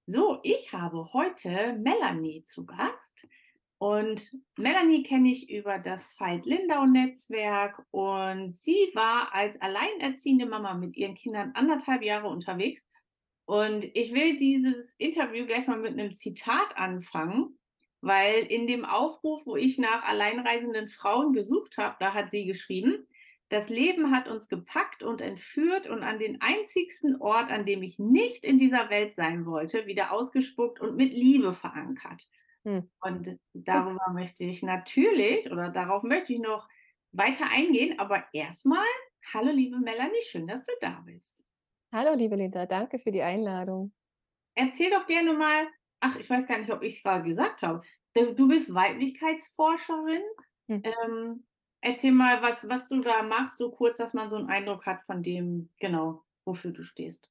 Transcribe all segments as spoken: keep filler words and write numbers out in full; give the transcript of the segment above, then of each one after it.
So, ich habe heute Melanie zu Gast und Melanie kenne ich über das Veit-Lindau-Netzwerk und sie war als alleinerziehende Mama mit ihren Kindern anderthalb Jahre unterwegs. Und ich will dieses Interview gleich mal mit einem Zitat anfangen, weil in dem Aufruf, wo ich nach alleinreisenden Frauen gesucht habe, da hat sie geschrieben: Das Leben hat uns gepackt und entführt und an den einzigsten Ort, an dem ich nicht in dieser Welt sein wollte, wieder ausgespuckt und mit Liebe verankert. Hm. Und darüber möchte ich natürlich oder darauf möchte ich noch weiter eingehen, aber erstmal, hallo liebe Melanie, schön, dass du da bist. Hallo, liebe Linda, danke für die Einladung. Erzähl doch gerne mal, ach, ich weiß gar nicht, ob ich's grade gesagt habe. Du du bist Weiblichkeitsforscherin. Hm. Ähm, erzähl mal, was was du da machst, so kurz, dass man so 'n Eindruck hat von dem genau, wofür du stehst.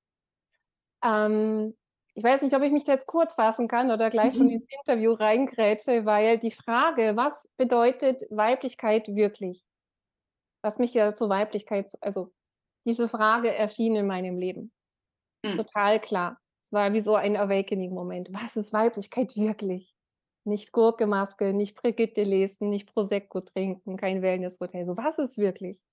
Ähm, Ich weiß nicht, ob ich mich jetzt kurz fassen kann oder gleich schon Mhm. ins Interview reingrätsche, weil die Frage: „Was bedeutet Weiblichkeit wirklich?“ Was mich ja zur Weiblichkeit also, diese Frage erschien in meinem Leben Mhm. total klar. Es war wie so ein Awakening-Moment. Was ist Weiblichkeit wirklich? Nicht Gurkemaske, nicht Brigitte lesen, nicht Prosecco trinken, kein Wellnesshotel. So, was ist wirklich?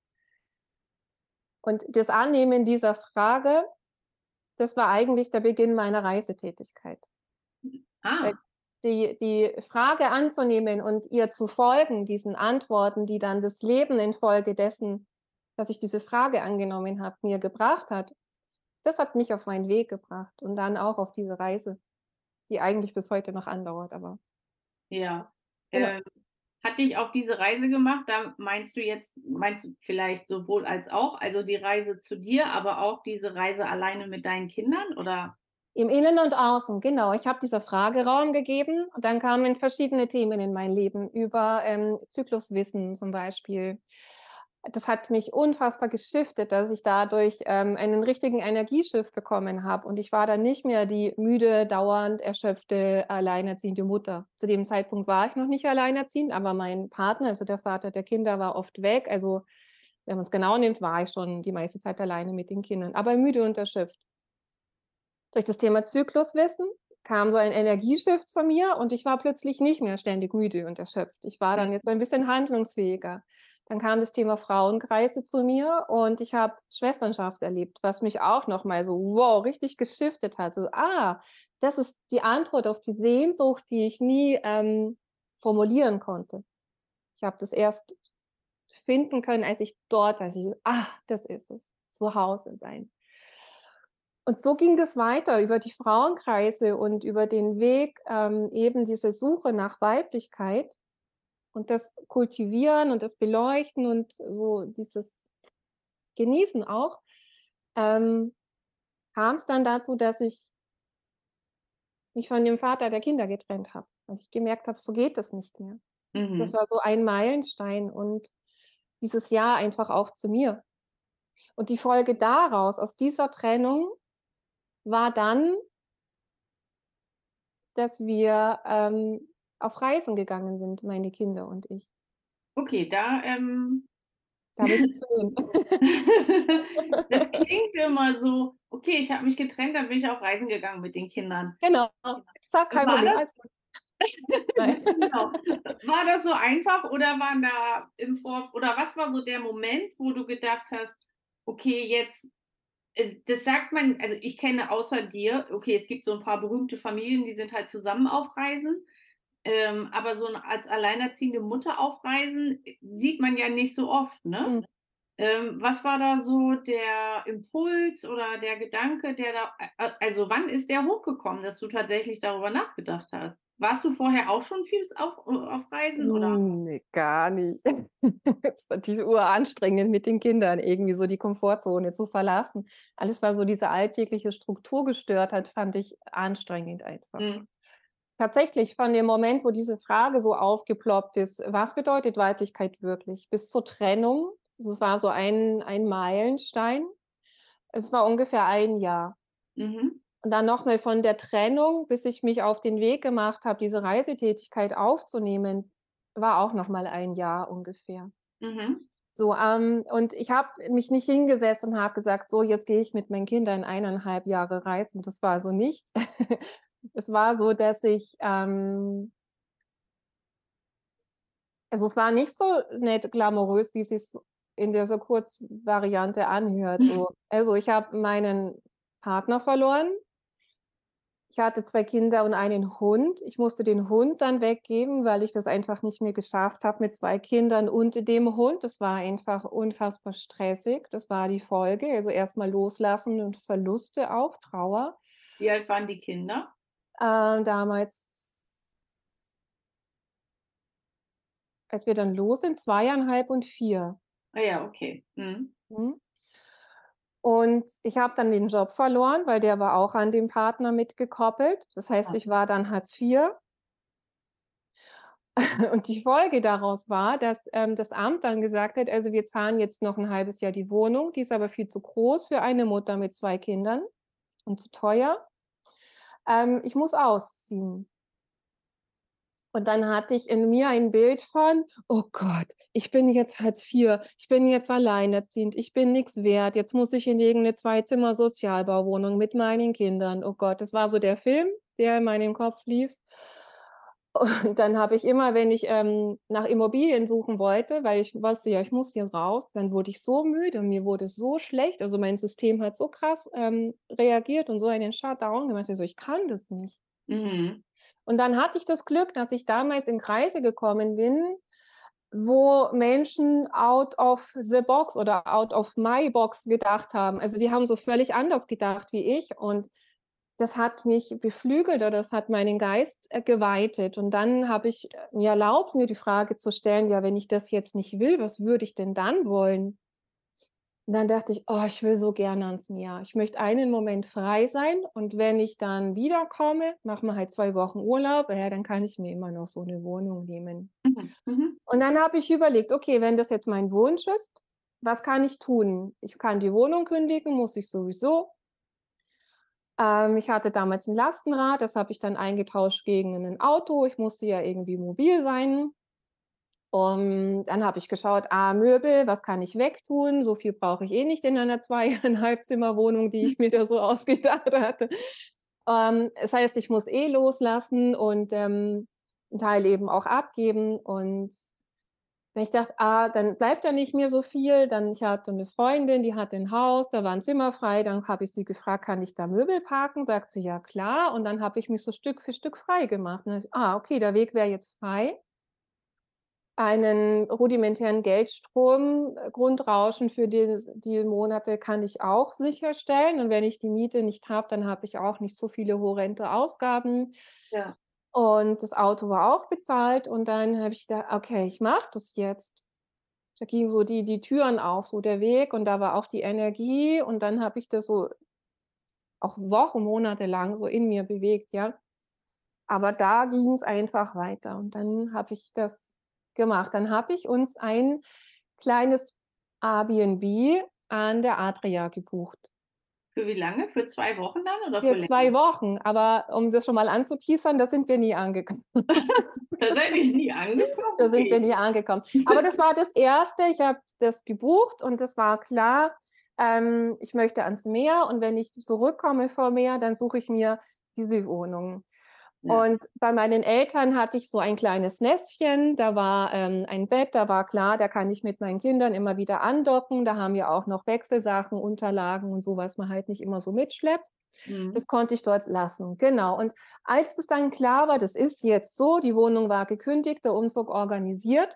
Und das Annehmen dieser Frage, das war eigentlich der Beginn meiner Reisetätigkeit. Weil Ah, die die Frage anzunehmen und ihr zu folgen, diesen Antworten, die dann das Leben infolgedessen, dass ich diese Frage angenommen habe, mir gebracht hat, das hat mich auf meinen Weg gebracht und dann auch auf diese Reise, die eigentlich bis heute noch andauert, aber ja. genau. Ähm, hat dich auf diese Reise gemacht? Da meinst du jetzt meinst du vielleicht sowohl als auch, also die Reise zu dir, aber auch diese Reise alleine mit deinen Kindern, oder? Im Innen und Außen, genau. Ich habe dieser Frage Raum gegeben und dann kamen verschiedene Themen in mein Leben über, ähm, Zykluswissen zum Beispiel. Das hat mich unfassbar geschiftet, dass ich dadurch, ähm, einen richtigen Energieschiff bekommen habe und ich war dann nicht mehr die müde, dauernd erschöpfte, alleinerziehende Mutter. Zu dem Zeitpunkt war ich noch nicht alleinerziehend, aber mein Partner, also der Vater der Kinder, war oft weg. Also, wenn man's genau nimmt, war ich schon die meiste Zeit alleine mit den Kindern, aber müde und erschöpft. Durch das Thema Zykluswissen kam so ein Energieshift zu mir und ich war plötzlich nicht mehr ständig müde und erschöpft. Ich war dann jetzt Mhm. ein bisschen handlungsfähiger. Dann kam das Thema Frauenkreise zu mir und ich habe Schwesternschaft erlebt, was mich auch noch mal so, wow, richtig geschiftet hat. So: „Ah, das ist die Antwort auf die Sehnsucht, die ich nie, ähm, formulieren konnte.“ Ich habe das erst finden können, als ich dort war, als ich so: „Ah, das ist es, zu Hause sein.“ Und so ging das weiter über die Frauenkreise und über den Weg, ähm, eben diese Suche nach Weiblichkeit und das Kultivieren und das Beleuchten und so dieses Genießen auch, ähm, kam es dann dazu, dass ich mich von dem Vater der Kinder getrennt habe, weil ich gemerkt habe, so geht das nicht mehr. Das Mhm. war so ein Meilenstein und dieses Ja einfach auch zu mir. Und die Folge daraus, aus dieser Trennung, war dann, dass wir, ähm, auf Reisen gegangen sind, meine Kinder und ich. Okay, da, ähm Da willst du hin. das klingt immer so: „Okay, ich habe mich getrennt, dann bin ich auf Reisen gegangen mit den Kindern.“ Genau. Sag, kein War Problem, das alles gut. Nein. genau. War das so einfach oder waren da im Vor oder was war so der Moment, wo du gedacht hast: „Okay, jetzt“ äh, das sagt man, also, ich kenne außer dir, okay, es gibt so 'n paar berühmte Familien, die sind halt zusammen auf Reisen, ähm, aber so 'n als alleinerziehende Mutter auf Reisen, äh, sieht man ja nicht so oft, ne? Mhm. Ähm, was war da so der Impuls oder der Gedanke, der da a a also, wann ist der hochgekommen, dass du tatsächlich darüber nachgedacht hast? Warst du vorher auch schon viel auf äh, auf Reisen, oder? Hm, ne, gar nicht. Es ist natürlich uranstrengend mit den Kindern, irgendwie so die Komfortzone zu verlassen. Alles, was so diese alltägliche Struktur gestört hat, fand ich anstrengend einfach. Mhm. Tatsächlich von dem Moment, wo diese Frage so aufgeploppt ist: „Was bedeutet Weiblichkeit wirklich?“ Bis zur Trennung, das war so ein ein Meilenstein. Es war ungefähr ein Jahr. Mhm. Und dann noch mal von der Trennung, bis ich mich auf den Weg gemacht habe, diese Reisetätigkeit aufzunehmen, war auch noch mal ein Jahr ungefähr. Mhm. So, ähm, und ich habe mich nicht hingesetzt und habe gesagt: „So, jetzt gehe ich mit meinen Kindern eineinhalb Jahre reisen." Das war so nicht. Es war so, dass ich, ähm also, es war nicht so nett glamourös, wie sich's in dieser Kurzvariante anhört, so. Also, ich habe meinen Partner verloren. Ich hatte zwei Kinder und einen Hund. Ich musste den Hund dann weggeben, weil ich das einfach nicht mehr geschafft habe mit zwei Kindern und dem Hund. Das war einfach unfassbar stressig. Das war die Folge. Also, erst mal loslassen und Verluste auch, Trauer. Wie alt waren die Kinder? Äh, damals, als wir dann los sind, zweieinhalb und vier. Ah ja, okay. Mhm. Mhm. Und ich habe dann den Job verloren, weil der war auch an den Partner mitgekoppelt. Das heißt, Ah, ich war dann Hartz vier. Und die Folge daraus war, dass, ähm, das Amt dann gesagt hat: „Also, wir zahlen jetzt noch ein halbes Jahr die Wohnung, die ist aber viel zu groß für eine Mutter mit zwei Kindern und zu teuer. Ähm, ich muss ausziehen." Und dann hatte ich in mir ein Bild von: „Oh Gott, ich bin jetzt Hartz vier, ich bin jetzt alleinerziehend, ich bin nix wert, jetzt muss ich in irgend 'ne Zwei-Zimmer-Sozialbauwohnung mit meinen Kindern." Oh Gott, das war so der Film, der in meinem Kopf lief. Und dann habe ich immer, wenn ich, ähm, nach Immobilien suchen wollte, weil ich wusste ja, ich muss hier raus, dann wurde ich so müde und mir wurde so schlecht. Also, mein System hat so krass, ähm, reagiert und so einen Shutdown gemacht. Ich so: „Ich kann das nicht." mhm. Und dann hatte ich das Glück, dass ich damals in Kreise gekommen bin, wo Menschen out of the box oder out of my box gedacht haben. Also, die haben so völlig anders gedacht wie ich und das hat mich beflügelt oder das hat meinen Geist, äh, geweitet. Und dann habe ich, äh, mir erlaubt, mir die Frage zu stellen: „Ja, wenn ich das jetzt nicht will, was würde ich denn dann wollen?" Und dann dachte ich: „Oh, ich will so gerne ans Meer. Ich möchte einen Moment frei sein und wenn ich dann wiederkomme, machen wir halt zwei Wochen Urlaub, ja, dann kann ich mir immer noch so 'ne Wohnung nehmen." Mhm. Mhm. Und dann habe ich überlegt: „Okay, wenn das jetzt mein Wunsch ist, was kann ich tun? Ich kann die Wohnung kündigen, muss ich sowieso. Ähm, ich hatte damals 'n Lastenrad, das habe ich dann eingetauscht gegen 'nen Auto. Ich musste ja irgendwie mobil sein. Und dann habe ich geschaut, ah, Möbel, was kann ich wegtun? So viel brauche ich eh nicht in einer zweieinhalb Zimmerwohnung, die ich mir da so ausgedacht hatte. Ähm, das heißt, ich muss eh loslassen und, ähm, 'n Teil eben auch abgeben. Und wenn ich dachte: „Ah, dann bleibt ja nicht mehr so viel." Dann ich hatte 'ne Freundin, die hatte 'n Haus, da war 'n Zimmer frei. Dann habe ich sie gefragt: „Kann ich da Möbel parken?" Sagt sie: „Ja, klar." Und dann habe ich mich so Stück für Stück frei gemacht. Und dann ich: „Ah, okay, der Weg wäre jetzt frei." Einen rudimentären Geldstrom äh, Grundrauschen für dieses die Monate kann ich auch sicherstellen. Und wenn ich die Miete nicht habe, dann habe ich auch nicht so viele horrende Ausgaben. Ja. Und das Auto war auch bezahlt. Und dann habe ich gedacht: „Okay, ich mache das jetzt." Da gingen so die die Türen auf, so der Weg und da war auch die Energie. Und dann habe ich das so auch Wochen, Monate lang so in mir bewegt, ja. Aber da ging's einfach weiter und dann habe ich das gemacht. Dann habe ich uns ein kleines Airbnb an der Adria gebucht. Für wie lange? Für zwei Wochen dann oder für Für zwei länger? Wochen, aber um das schon mal anzuteasern, da sind wir nie angekommen. Da seid ihr nie angekommen? Da sind wir Okay. nie angekommen. Aber das war das Erste. Ich habe das gebucht und es war klar, ähm, ich möchte ans Meer und wenn ich zurückkomme vom Meer, dann suche ich mir diese Wohnung. Ja. Und bei meinen Eltern hatte ich so ein kleines Nestchen, da war, ähm, ein Bett, da war klar, da kann ich mit meinen Kindern immer wieder andocken. Da haben wir auch noch Wechselsachen, Unterlagen und so, was man halt nicht immer so mitschleppt. Mhm. Das konnte ich dort lassen, genau. Und als das dann klar war, das ist jetzt so, die Wohnung war gekündigt, der Umzug organisiert,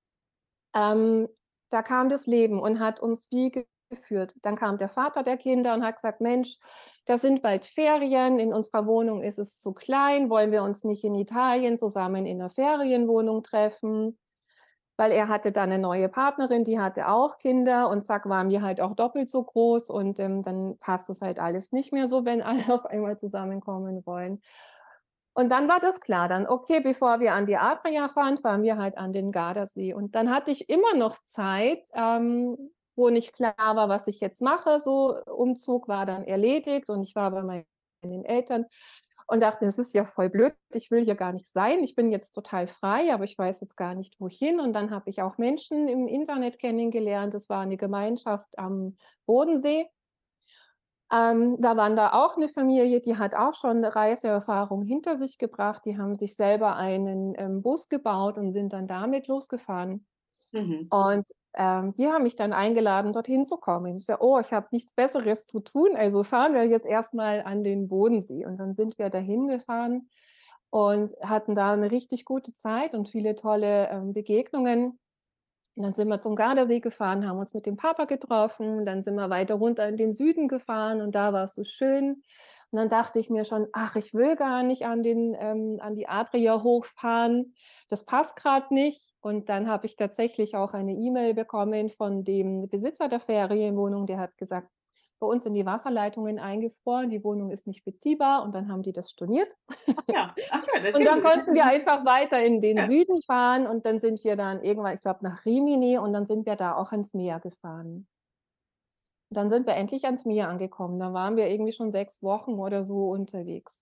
ähm, da kam das Leben und hat uns wie ge geführt. Dann kam der Vater der Kinder und hat gesagt: „Mensch, da sind bald Ferien, in unserer Wohnung ist es zu klein. Wollen wir uns nicht in Italien zusammen in 'ner Ferienwohnung treffen?" Weil er hatte da 'ne neue Partnerin, die hatte auch Kinder und zack, waren wir halt auch doppelt so groß und, ähm, dann passt das halt alles nicht mehr so, wenn alle auf einmal zusammenkommen wollen. Und dann war das klar, dann: Okay, bevor wir an die Adria fahren, fahren wir halt an den Gardasee. Und dann hatte ich immer noch Zeit, ähm, wo nicht klar war, was ich jetzt mache so. Umzug war dann erledigt und ich war bei meinen Eltern. und dachte: „Das ist ja voll blöd, ich will hier gar nicht sein. Ich bin jetzt total frei, aber ich weiß jetzt gar nicht, wohin.“ Und dann habe ich auch Menschen im Internet kennengelernt. Das war eine Gemeinschaft am Bodensee. Ähm, da waren da auch 'ne Familie, die hat auch schon 'ne Reiseerfahrung hinter sich gebracht. Die haben sich selber einen, ähm, Bus gebaut und sind dann damit losgefahren. Mhm. Und, ähm, die haben mich dann eingeladen, dorthin zu kommen. Ich so: „Oh, ich habe nichts Besseres zu tun, also fahren wir jetzt erst mal an den Bodensee.“ Und dann sind wir dahin gefahren und hatten da 'ne richtig gute Zeit und viele tolle, ähm, Begegnungen. Und dann sind wir zum Gardasee gefahren, haben uns mit dem Papa getroffen, dann sind wir weiter runter in den Süden gefahren und da war's so schön. Und dann dachte ich mir schon: „Ach, ich will gar nicht an den ähm, an die Adria hochfahren. Das passt grad nicht.“ Und dann habe ich tatsächlich auch eine E-Mail bekommen von dem Besitzer der Ferienwohnung, der hat gesagt: „Bei uns sind die Wasserleitungen eingefroren, die Wohnung ist nicht beziehbar.“ Und dann haben die das storniert. Ach ja, ach ja, das ist Und ja dann gut. Das heißt, konnten das wir ist einfach weiter in den ja. Süden fahren und dann sind wir dann irgendwann, ich glaube, nach Rimini und dann sind wir da auch ans Meer gefahren. Dann sind wir endlich ans Meer angekommen. Da waren wir irgendwie schon sechs Wochen oder so unterwegs.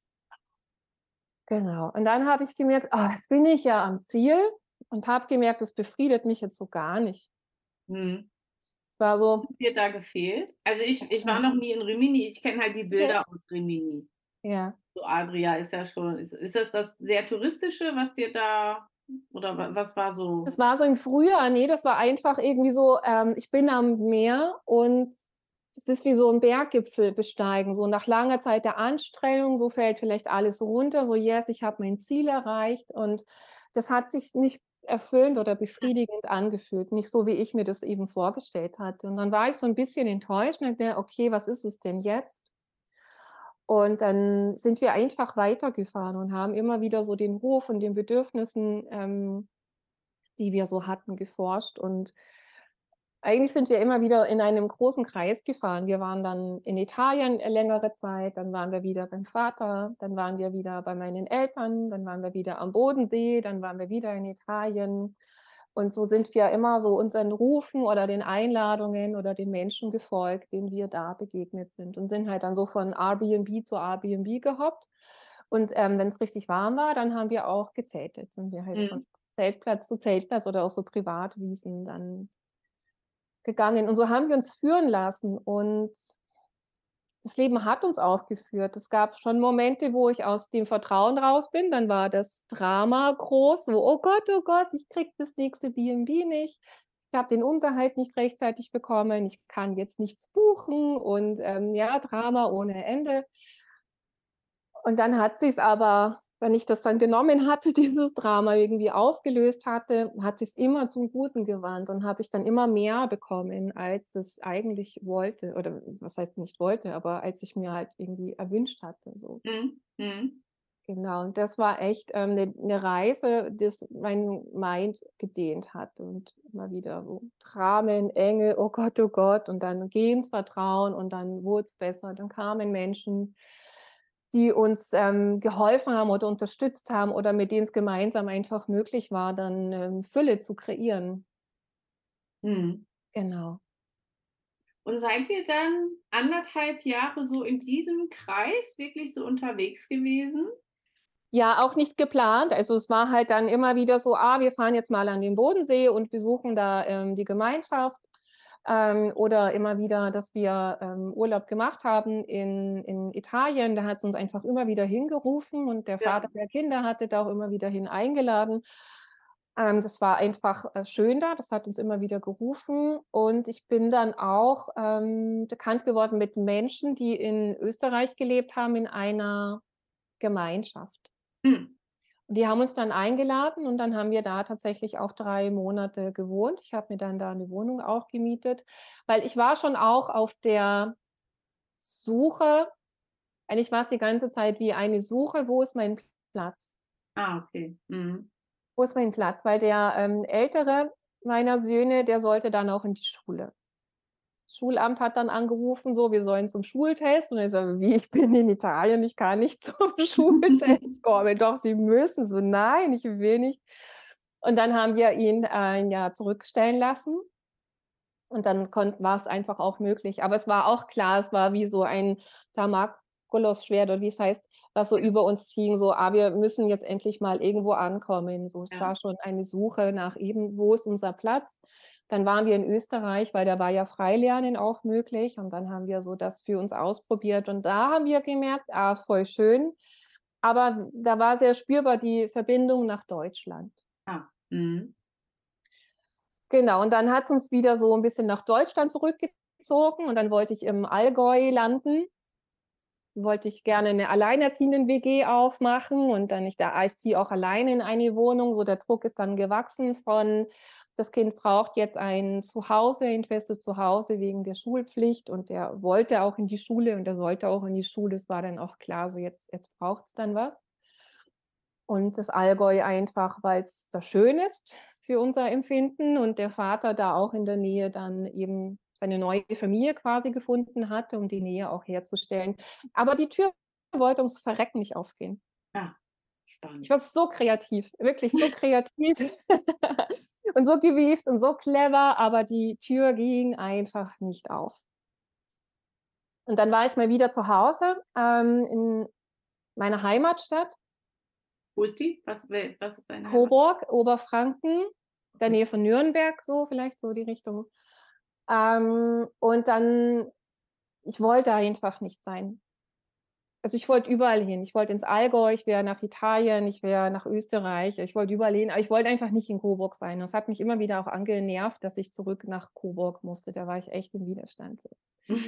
Genau. Und dann habe ich gemerkt: „Ah, jetzt bin ich ja am Ziel“ und habe gemerkt, das befriedet mich jetzt so gar nicht. Mhm. War Was so hat dir da gefehlt? Also, ich ich war ja, noch nie in Rimini, ich kenne halt die okay. Bilder aus Rimini. Ja. So Adria ist ja schon ist ist das das sehr Touristische, was dir da oder wa was war so Das war so im Frühjahr. Ne, das war einfach irgendwie so, ähm, ich bin am Meer und das ist wie so 'n Berggipfel besteigen. So nach langer Zeit der Anstrengung, so fällt vielleicht alles runter, so: „Yes, ich habe mein Ziel erreicht.“ Und das hat sich nicht erfüllend oder befriedigend angefühlt, nicht so, wie ich mir das eben vorgestellt hatte. Und dann war ich so 'n bisschen enttäuscht und habe gedacht: „Okay, was ist es denn jetzt?“ Und dann sind wir einfach weitergefahren und haben immer wieder so den Ruf und den Bedürfnissen, ähm die wir so hatten, geforscht. Und eigentlich sind wir immer wieder in einem großen Kreis gefahren. Wir waren dann in Italien, äh, längere Zeit, dann waren wir wieder beim Vater, dann waren wir wieder bei meinen Eltern, dann waren wir wieder am Bodensee, dann waren wir wieder in Italien. Und so sind wir immer so unseren Rufen oder den Einladungen oder den Menschen gefolgt, denen wir da begegnet sind und sind halt dann so von Airbnb zu Airbnb gehoppt. Und, ähm, wenn's richtig warm war, dann haben wir auch gezeltet. Sind wir halt von mhm, Zeltplatz zu Zeltplatz oder auch so Privatwiesen dann gegangen. Und so haben wir uns führen lassen und das Leben hat uns auch geführt. Es gab schon Momente, wo ich aus dem Vertrauen raus bin, dann war das Drama groß, so: „Oh Gott, oh Gott, ich kriege das nächste B and B nicht. Ich habe den Unterhalt nicht rechtzeitig bekommen. Ich kann jetzt nichts buchen“ und, ähm, ja, Drama ohne Ende. Und dann hat sich's aber, wenn ich das dann genommen hatte, dieses Drama irgendwie aufgelöst hatte, hat sich's immer zum Guten gewandt und habe ich dann immer mehr bekommen, als es eigentlich wollte oder was heißt nicht wollte, aber als ich mir halt irgendwie erwünscht hatte, so. mhm, mhm, Genau, und das war echt, ähm, 'ne 'ne Reise, das mein Mind gedehnt hat und immer wieder so Dramen, Engel, oh Gott, oh Gott, und dann geh ins Vertrauen und dann wurd's besser. Dann kamen Menschen, die uns, ähm, geholfen haben oder unterstützt haben oder mit denen es gemeinsam einfach möglich war, dann, ähm, Fülle zu kreieren. mhm. Genau. Und seid ihr dann anderthalb Jahre so in diesem Kreis wirklich so unterwegs gewesen? Ja, auch nicht geplant. Also, es war halt dann immer wieder so: „Ah, wir fahren jetzt mal an den Bodensee und besuchen da, ähm, die Gemeinschaft.“ Ähm, oder immer wieder, dass wir, ähm, Urlaub gemacht haben in in Italien. Da hat's uns einfach immer wieder hingerufen und der Ja. Vater der Kinder hatte da auch immer wieder hin eingeladen. Ähm, das war einfach, äh, schön da. Das hat uns immer wieder gerufen. Und ich bin dann auch, ähm, bekannt geworden mit Menschen, die in Österreich gelebt haben in einer Gemeinschaft. Mhm. Und die haben uns dann eingeladen und dann haben wir da tatsächlich auch drei Monate gewohnt. Ich habe mir dann da 'ne Wohnung auch gemietet, weil ich war schon auch auf der Suche, eigentlich war's die ganze Zeit wie eine Suche: „Wo ist mein Platz? Ah, okay. Mhm. Wo ist mein Platz?“ Weil der, ähm, Ältere meiner Söhne, der sollte dann auch in die Schule. Schulamt hat dann angerufen, so: „Wir sollen zum Schultest.“ Und ich so: „Wie, ich bin in Italien, ich kann nicht zum Schultest kommen.“ „Doch, Sie müssen.“ So: „Nein, ich will nicht.“ Und dann haben wir ihn ein Jahr zurückstellen lassen und dann konnt war's einfach auch möglich. Aber es war auch klar, es war wie so ein Damoklesschwert oder wie es heißt, was so über uns hing, so: „Ah, wir müssen jetzt endlich mal irgendwo ankommen." So, es Ja. war schon eine Suche nach eben: „Wo ist unser Platz?" Dann waren wir in Österreich, weil da war ja Freilernen auch möglich und dann haben wir so das für uns ausprobiert und da haben wir gemerkt: „Ah, ist voll schön." Aber da war sehr spürbar die Verbindung nach Deutschland. Ah, mhm. Genau, und dann hat's uns wieder so 'n bisschen nach Deutschland zurückgezogen und dann wollte ich im Allgäu landen. Wollte ich gerne 'ne Alleinerziehenden-W G aufmachen und dann ich da ah, ich ziehe auch alleine in eine Wohnung, so der Druck ist dann gewachsen von: Das Kind braucht jetzt ein Zuhause, ein festes Zuhause wegen der Schulpflicht und der wollte auch in die Schule und der sollte auch in die Schule. Es war dann auch klar, so jetzt jetzt braucht's dann was. Und das Allgäu einfach, weil's da schön ist für unser Empfinden und der Vater da auch in der Nähe dann eben seine neue Familie quasi gefunden hatte, um die Nähe auch herzustellen. Aber die Tür wollte ums Verrecken nicht aufgehen. Ah, Ich spannend. war so kreativ, wirklich so kreativ und so gewieft und so clever, aber die Tür ging einfach nicht auf. Und dann war ich mal wieder zu Hause, ähm, in meiner Heimatstadt. Wo ist die? Was wel was ist deine Heimat? Coburg, Oberfranken, der Okay. Nähe von Nürnberg, so vielleicht so die Richtung. Ähm, und dann ich wollte einfach nicht sein. Also, ich wollte überall hin. Ich wollte ins Allgäu, ich wäre nach Italien, ich wäre nach Österreich, ich wollte überall hin, aber ich wollte einfach nicht in Coburg sein. Das hat mich immer wieder auch angenervt, dass ich zurück nach Coburg musste. Da war ich echt im Widerstand so.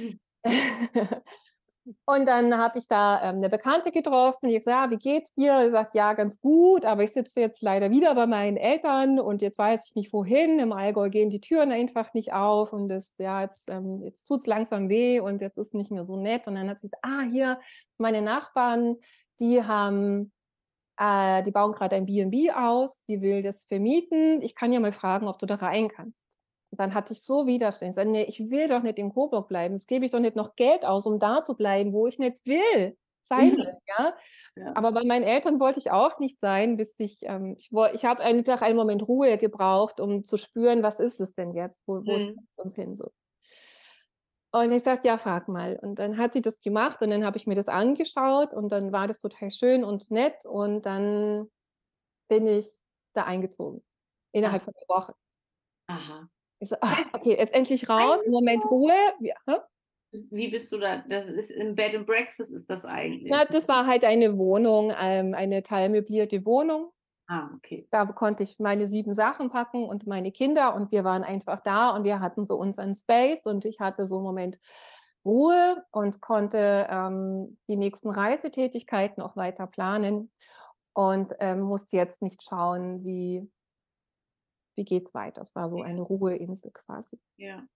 Und dann habe ich da, ähm, 'ne Bekannte getroffen, die hat gesagt: „Ja, wie geht's dir?" Ich gesagt: „Ja, ganz gut, aber ich sitze jetzt leider wieder bei meinen Eltern und jetzt weiß ich nicht wohin. Im Allgäu gehen die Türen einfach nicht auf und das ja, jetzt ähm, jetzt tut's langsam weh und jetzt ist nicht mehr so nett." Und dann hat sie gesagt: „Ah, hier, meine Nachbarn, die haben äh, die bauen grad ein B and B aus, die will das vermieten. Ich kann ja mal fragen, ob du da rein kannst." Und dann hatte ich so Widerstand. Ich sage: „Ne, ich will doch nicht in Coburg bleiben. Jetzt gebe ich doch nicht noch Geld aus, um da zu bleiben, wo ich nicht will sein will", ja? Ja. Aber bei meinen Eltern wollte ich auch nicht sein, bis ich ähm, ich woll ich habe einfach einen Moment Ruhe gebraucht, um zu spüren: „Was ist es denn jetzt? Wo wo Mhm. zieht's uns hin so?" Und ich sagte: „Ja, frag mal." Und dann hat sie das gemacht und dann habe ich mir das angeschaut und dann war das total schön und nett und dann bin ich da eingezogen, Ah, innerhalb von 'ner Woche. aha. Ich so: „Ah, okay, jetzt endlich raus, Moment Eingezogen? Ruhe." Wir hä? Bis wie bist du da das ist 'n Bed and Breakfast ist das Na, eigentlich, das ne? war halt eine Wohnung, ähm, eine teilmöblierte Wohnung. Ah, okay. Da konnte ich meine sieben Sachen packen und meine Kinder und wir waren einfach da und wir hatten so unseren Space und ich hatte so 'n Moment Ruhe und konnte, ähm, die nächsten Reisetätigkeiten auch weiter planen und, ähm, musste jetzt nicht schauen, wie wie geht's weiter. Es war so Ja, eine Ruheinsel quasi. ja.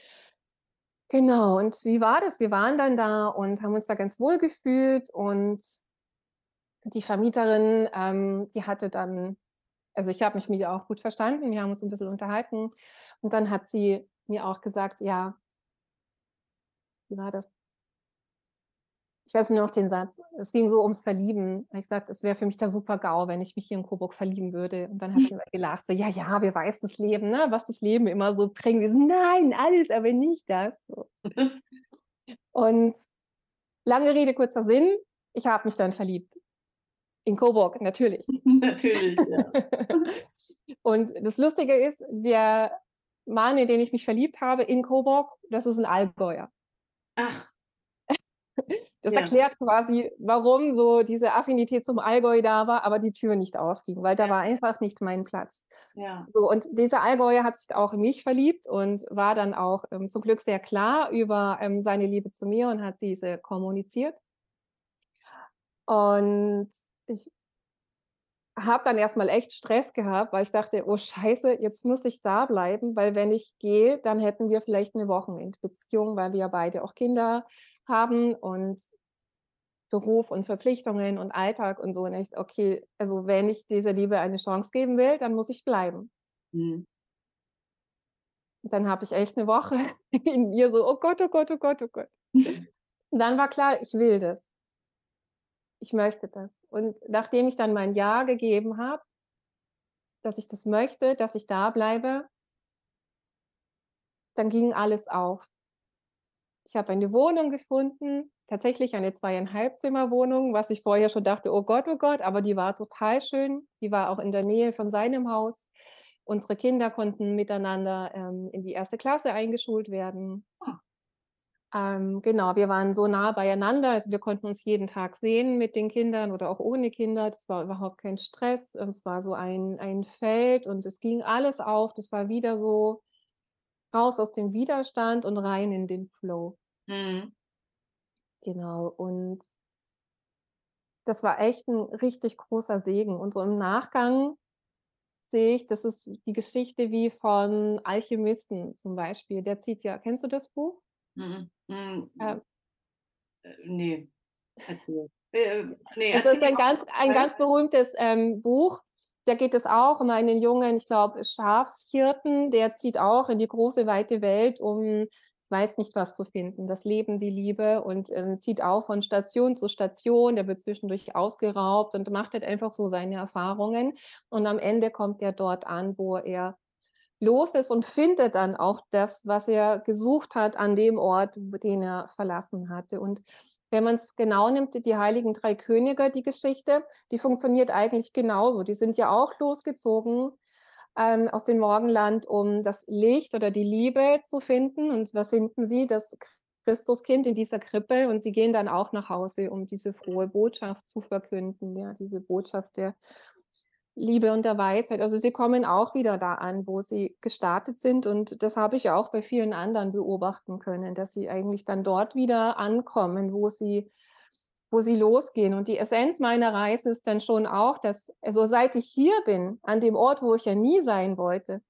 Genau, und wie war das? Wir waren dann da und haben uns da ganz wohl gefühlt und die Vermieterin, ähm, die hatte dann also, ich habe mich mit ihr auch gut verstanden, wir haben uns 'n bisschen unterhalten und dann hat sie mir auch gesagt, ja wie war das? Ich weiß nur noch den Satz. Es ging so ums Verlieben. Habe ich gesagt: „Es wäre für mich der Super-GAU, wenn ich mich hier in Coburg verlieben würde." Und dann hat sie immer gelacht, so: „Ja, ja, wer weiß das Leben, ne, was das Leben immer so bringt." Wir so: „Nein, alles, aber nicht das", so. Und lange Rede, kurzer Sinn, ich habe mich dann verliebt. In Coburg, natürlich. Natürlich, ja. Und das Lustige ist, der Mann, in den ich mich verliebt habe in Coburg, das ist 'n Allgäuer. Ach, Das ja, erklärt quasi, warum so diese Affinität zum Allgäu da war, aber die Tür nicht aufging, weil da ja, war einfach nicht mein Platz. ja. So, und dieser Allgäuer hat sich auch in mich verliebt und war dann auch, ähm, zum Glück sehr klar über, ähm, seine Liebe zu mir und hat diese kommuniziert. Und ich habe dann erst mal echt Stress gehabt, weil ich dachte: „Oh Scheiße, jetzt muss ich da bleiben, weil wenn ich gehe, dann hätten wir vielleicht 'ne Wochenendbeziehung", weil wir ja beide auch Kinder haben und Beruf und Verpflichtungen und Alltag und so. Und ich so: „Okay, also wenn ich dieser Liebe eine Chance geben will, dann muss ich bleiben." Mhm. Und dann habe ich echt 'ne Woche in mir so: „Oh Gott, oh Gott, oh Gott, oh Gott." Und dann war klar, ich will das. Ich möchte das. Und nachdem ich dann mein Ja gegeben habe, dass ich das möchte, dass ich da bleibe, dann ging alles auf. Ich habe eine Wohnung gefunden, tatsächlich eine Zweieinhalb-Zimmer-Wohnung, was ich vorher schon dachte: „Oh Gott, oh Gott“, aber die war total schön. Die war auch in der Nähe von seinem Haus. Unsere Kinder konnten miteinander, ähm, in die erste Klasse eingeschult werden. Ah, Ähm, genau, wir waren so nah beieinander, also wir konnten uns jeden Tag sehen mit den Kindern oder auch ohne Kinder. Das war überhaupt kein Stress. Ähm, es war so ein ein Feld und es ging alles auf. Das war wieder so raus aus dem Widerstand und rein in den Flow. mhm. Genau, und das war echt 'n richtig großer Segen. Und so im Nachgang sehe ich, das ist die Geschichte wie von Alchemisten zum Beispiel. Der zieht ja kennst du das Buch? Mhm. Mhm. Ähm, Äh, ne, erzähl. Äh, ne, Es erzähl ist ein auf ganz jeden ein Fall. ganz berühmtes, ähm, Buch. Da geht es auch um einen jungen, ich glaube, Schafhirten, der zieht auch in die große, weite Welt, um ich weiß nicht, was zu finden, das Leben, die Liebe und, ähm, zieht auch von Station zu Station. Der wird zwischendurch ausgeraubt und macht halt einfach so seine Erfahrungen. Und am Ende kommt er dort an, wo er los ist und findet dann auch das, was er gesucht hat an dem Ort, w den er verlassen hatte. Und wenn man es genau nimmt, die die Heiligen drei Könige, die Geschichte, die funktioniert eigentlich genauso. Die sind ja auch losgezogen, ähm, aus dem Morgenland, um das Licht oder die Liebe zu finden. Und was finden sie? Das Christuskind in dieser Krippe und sie gehen dann auch nach Hause, um diese frohe Botschaft zu verkünden, ja, diese Botschaft der Liebe und der Weisheit. Also, sie kommen auch wieder da an, wo sie gestartet sind und das habe ich ja auch bei vielen anderen beobachten können, dass sie eigentlich dann dort wieder ankommen, wo sie wo sie losgehen. Und die Essenz meiner Reise ist dann schon auch, dass also, seit ich hier bin, an dem Ort, wo ich ja nie sein wollte,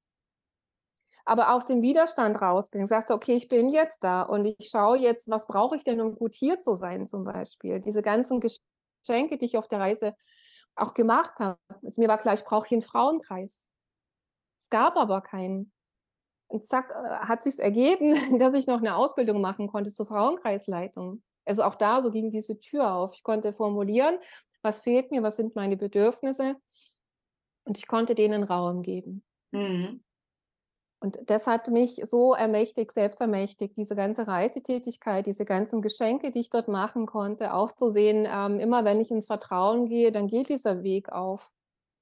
aber aus dem Widerstand raus bin, gesagt habe: „Okay, ich bin jetzt da und ich schaue jetzt, was brauche ich denn, um gut hier zu sein“, zum Beispiel. Diese ganzen Geschenke, die ich auf der Reise auch gemacht habe. Also, mir war klar, ich brauche hier 'n Frauenkreis. Es gab aber keinen. Und zack, äh, hat sich's ergeben, dass ich noch 'ne Ausbildung machen konnte zur Frauenkreisleitung. Also, auch da so ging diese Tür auf. Ich konnte formulieren: „Was fehlt mir? Was sind meine Bedürfnisse?“ Und ich konnte denen Raum geben. Mhm. Und das hat mich so ermächtigt, selbst ermächtigt, diese ganze Reisetätigkeit, diese ganzen Geschenke, die ich dort machen konnte, auch zu sehen, ähm, immer wenn ich ins Vertrauen gehe, dann geht dieser Weg auf.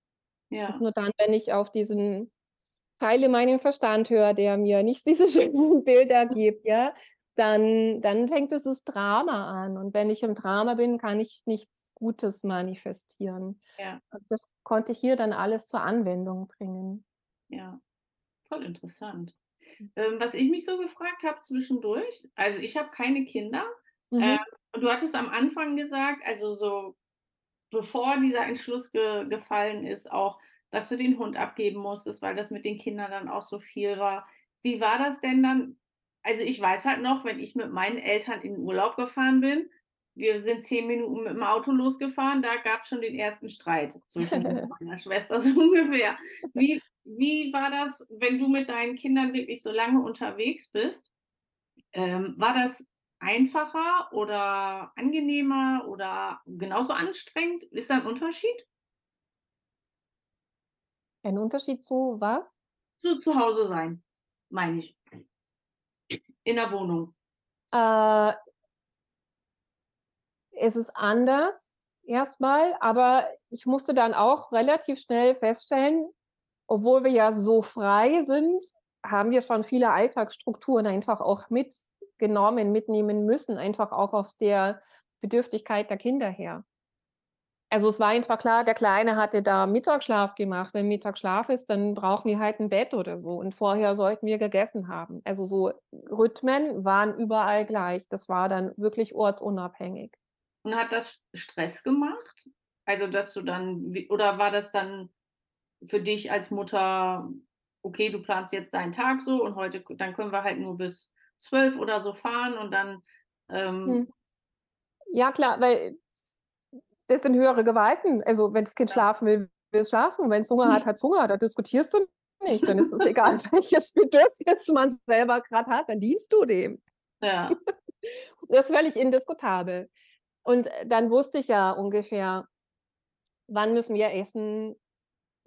Und Ja, nur dann, wenn ich auf diesen Teil in meinem Verstand höre, der mir nicht diese schönen Bilder gibt, ja, dann dann fängt dieses Drama an. Und wenn ich im Drama bin, kann ich nichts Gutes manifestieren. ja, Und das konnte ich hier dann alles zur Anwendung bringen. ja, voll interessant. Ähm, was ich mich so gefragt habe zwischendurch, also, ich habe keine Kinder, ähm, Mhm. und du hattest am Anfang gesagt, also, so bevor dieser Entschluss ge gefallen ist auch, dass du den Hund abgeben musstest, weil das mit den Kindern dann auch so viel war. Wie war das denn dann? Also, ich weiß halt noch, wenn ich mit meinen Eltern in Urlaub gefahren bin, wir sind zehn Minuten mit dem Auto losgefahren, da gab's schon den ersten Streit zwischen mir und meiner Schwester, so ungefähr. Wie wie war das, wenn du mit deinen Kindern wirklich so lange unterwegs bist? Ähm, war das einfacher oder angenehmer oder genauso anstrengend? Ist da 'n Unterschied? Ein Unterschied zu was? Zu zu Hause sein, meine ich, in der Wohnung. Äh, es ist anders erstmal, aber ich musste dann auch relativ schnell feststellen, obwohl wir ja so frei sind, haben wir schon viele Alltagsstrukturen einfach auch mitgenommen, mitnehmen müssen, einfach auch aus der Bedürftigkeit der Kinder her. Also, es war einfach klar, der Kleine hatte da Mittagsschlaf gemacht. Wenn Mittagsschlaf ist, dann brauchen wir halt 'n Bett oder so und vorher sollten wir gegessen haben. Also, so Rhythmen waren überall gleich. Das war dann wirklich ortsunabhängig. Und hat das Stress gemacht? Also, dass du dann wie oder war das dann für dich als Mutter: „Okay, du planst jetzt deinen Tag so und heute k dann können wir halt nur bis zwölf oder so fahren und dann, ähm“ Mhm. Ja klar, weil das sind höhere Gewalten. Also, wenn das Kind ja. schlafen will, will es schlafen. Wenn's Hunger hat, hat's Hunger. Da diskutierst du nicht. Dann ist es egal, welches Bedürfnis man selber grad hat, dann dienst du dem. Ja. Das ist völlig indiskutabel. Und, äh, dann wusste ich ja ungefähr, wann müssen wir essen,